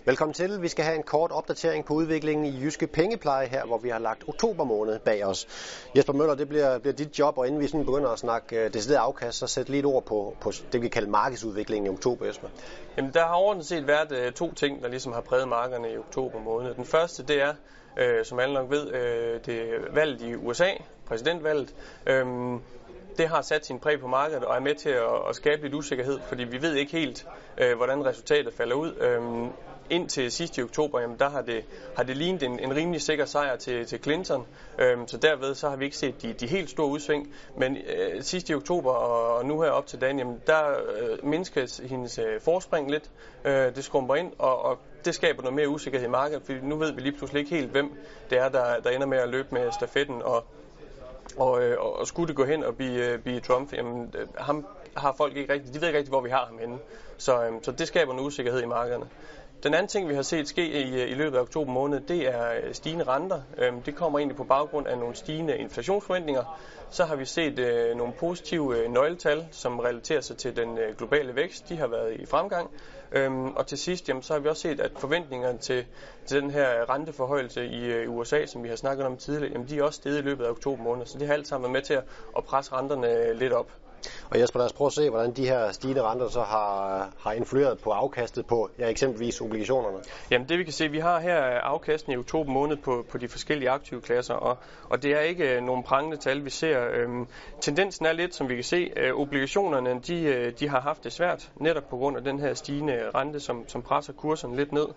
Velkommen til. Vi skal have en kort opdatering på udviklingen i Jyske Pengepleje her, hvor vi har lagt oktober måned bag os. Jesper Møller, det bliver dit job, og inden vi sådan begynder at snakke decideret afkast, så sæt lige et ord på det, vi kalder markedsudviklingen i oktober, Jesper. Jamen, der har ordentligt set været to ting, der ligesom har præget markederne i oktober måned. Den første, det er, som alle nok ved, det er valget i USA, præsidentvalget. Det har sat sin præg på markedet og er med til at skabe lidt usikkerhed, fordi vi ved ikke helt, hvordan resultatet falder ud. Indtil sidst i oktober, jamen, der har det lignet en rimelig sikker sejr til Clinton, så derved så har vi ikke set de helt store udsving. Men sidst i oktober og nu her op til dagen, jamen, der mindskes hendes forspring lidt, det skrumper ind, og det skaber noget mere usikkerhed i markedet, fordi nu ved vi lige pludselig ikke helt, hvem det er, der ender med at løbe med stafetten, og skulle det gå hen og blive Trump, jamen, ham har folk ikke rigtigt, de ved ikke rigtigt, hvor vi har ham henne. Så det skaber noget usikkerhed i markederne. Den anden ting, vi har set ske i løbet af oktober måned, det er stigende renter. Det kommer egentlig på baggrund af nogle stigende inflationsforventninger. Så har vi set nogle positive nøgletal, som relaterer sig til den globale vækst. De har været i fremgang. Og til sidst, jamen, så har vi også set, at forventningerne til den her renteforhøjelse i USA, som vi har snakket om tidligere, jamen, de er også steget i løbet af oktober måned. Så det har alt sammen været med til at presse renterne lidt op. Og Jesper, lad os prøve at se, hvordan de her stigende renter så har influeret på afkastet på eksempelvis obligationerne. Jamen det vi kan se, vi har her afkasten i oktober måned på de forskellige aktive klasser, og det er ikke nogen prangende tal, vi ser. Tendensen er lidt, som vi kan se, obligationerne de har haft det svært, netop på grund af den her stigende rente, som presser kurserne lidt ned.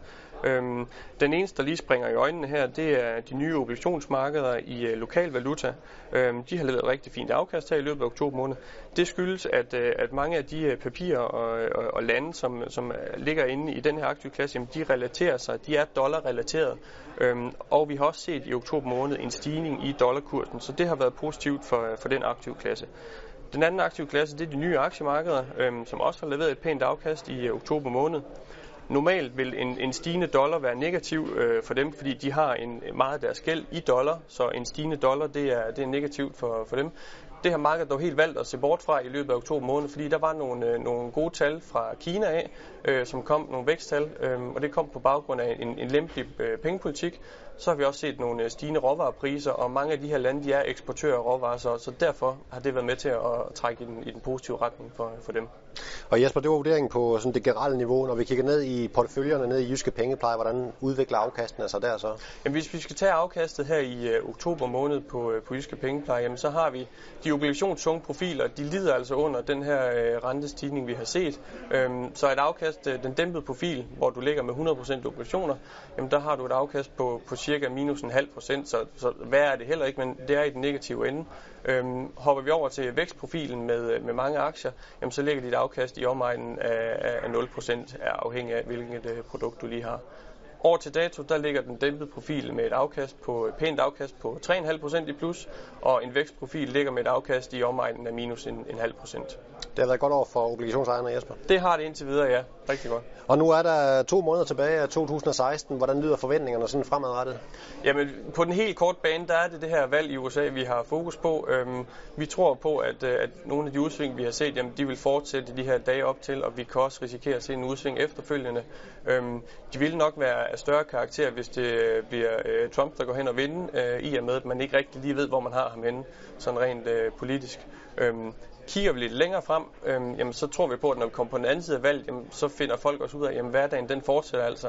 Den eneste, der lige springer i øjnene her, det er de nye obligationsmarkeder i lokal valuta. De har leveret rigtig fint afkast her i løbet af oktober måned. Det skyldes, at mange af de papirer og lande, som ligger inde i den her aktive klasse, jamen, de relaterer sig, de er dollarrelateret. Og vi har også set i oktober måned en stigning i dollarkursen, så det har været positivt for den aktive klasse. Den anden aktive klasse, det er de nye aktiemarkeder, som også har leveret et pænt afkast i oktober måned. Normalt vil en stigende dollar være negativ for dem, fordi de har meget af deres gæld i dollar, så en stigende dollar det er negativt for dem. Det har markedet dog helt valgt at se bort fra i løbet af oktober måned, fordi der var nogle gode tal fra Kina af, som kom nogle væksttal, og det kom på baggrund af en lempelig pengepolitik. Så har vi også set nogle stigende råvarepriser, og mange af de her lande de er eksportører af råvarer, så derfor har det været med til at trække i den positive retning for dem. Og Jesper, det var vurderingen på sådan det generelle niveau. Når vi kigger ned i porteføljerne, ned i Jyske Pengepleje, hvordan udvikler afkasten altså der så? Jamen, hvis vi skal tage afkastet her i oktober måned på Jyske Pengepleje, jamen, så har vi de obligationstunge profiler, de lider altså under den her rentestigning, vi har set. Så et afkast, den dæmpede profil, hvor du ligger med 100% obligationer, jamen, der har du et afkast på cirka minus 0,5%, så værre er det heller ikke, men det er i den negative ende. Hopper vi over til vækstprofilen med mange aktier, jamen, så ligger dit afkast i omegnen af 0%, afhængig af hvilket produkt du lige har. Over til dato, der ligger den dæmpede profil med et pænt afkast på 3,5% i plus, og en vækstprofil ligger med et afkast i omegnen af minus 0,5%. Det har været godt over for obligationsejerne, Jesper. Det har det indtil videre, ja. Rigtig godt. Og nu er der 2 måneder tilbage af 2016. Hvordan lyder forventningerne sådan fremadrettet? Jamen, på den helt korte bane, der er det her valg i USA, vi har fokus på. Vi tror på, at nogle af de udsving, vi har set, jamen, de vil fortsætte de her dage op til, og vi kan også risikere at se en udsving efterfølgende. De vil nok være af større karakter, hvis det bliver Trump, der går hen og vinder, i og med, at man ikke rigtig lige ved, hvor man har ham henne, sådan rent politisk. Kigger vi lidt længere frem, jamen, så tror vi på, at når vi kommer på den anden side af valget, jamen, så finder folk også ud af, at hverdagen den fortsætter altså.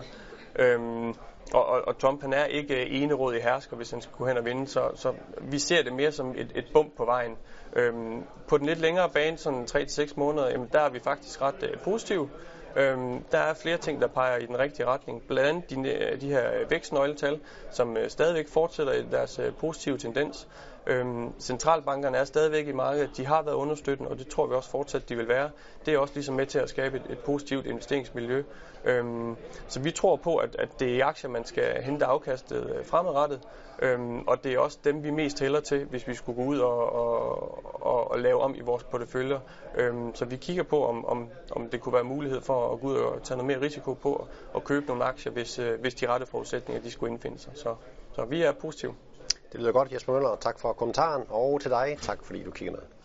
Og Trump han er ikke enerådig hersker, hvis han skulle gå hen og vinde, så vi ser det mere som et bump på vejen. På den lidt længere bane, sådan 3-6 måneder, jamen, der er vi faktisk ret positive. Der er flere ting, der peger i den rigtige retning. Blandt andet de her vækstnøgletal, som stadigvæk fortsætter i deres positive tendens. Centralbankerne er stadigvæk i markedet. De har været understøttende, og det tror vi også fortsat, de vil være. Det er også ligesom med til at skabe et positivt investeringsmiljø. Så vi tror på, at det er i aktier, man skal hente afkastet fremadrettet. Og det er også dem, vi mest hælder til, hvis vi skulle gå ud og lave om i vores porteføljer. Så vi kigger på, om det kunne være mulighed for at gå ud og tage noget mere risiko på og købe nogle aktier, hvis de rette forudsætninger de skulle indfinde sig. Så vi er positive. Det lyder godt, Jesper Møller. Tak for kommentaren, og til dig, tak fordi du kigger med.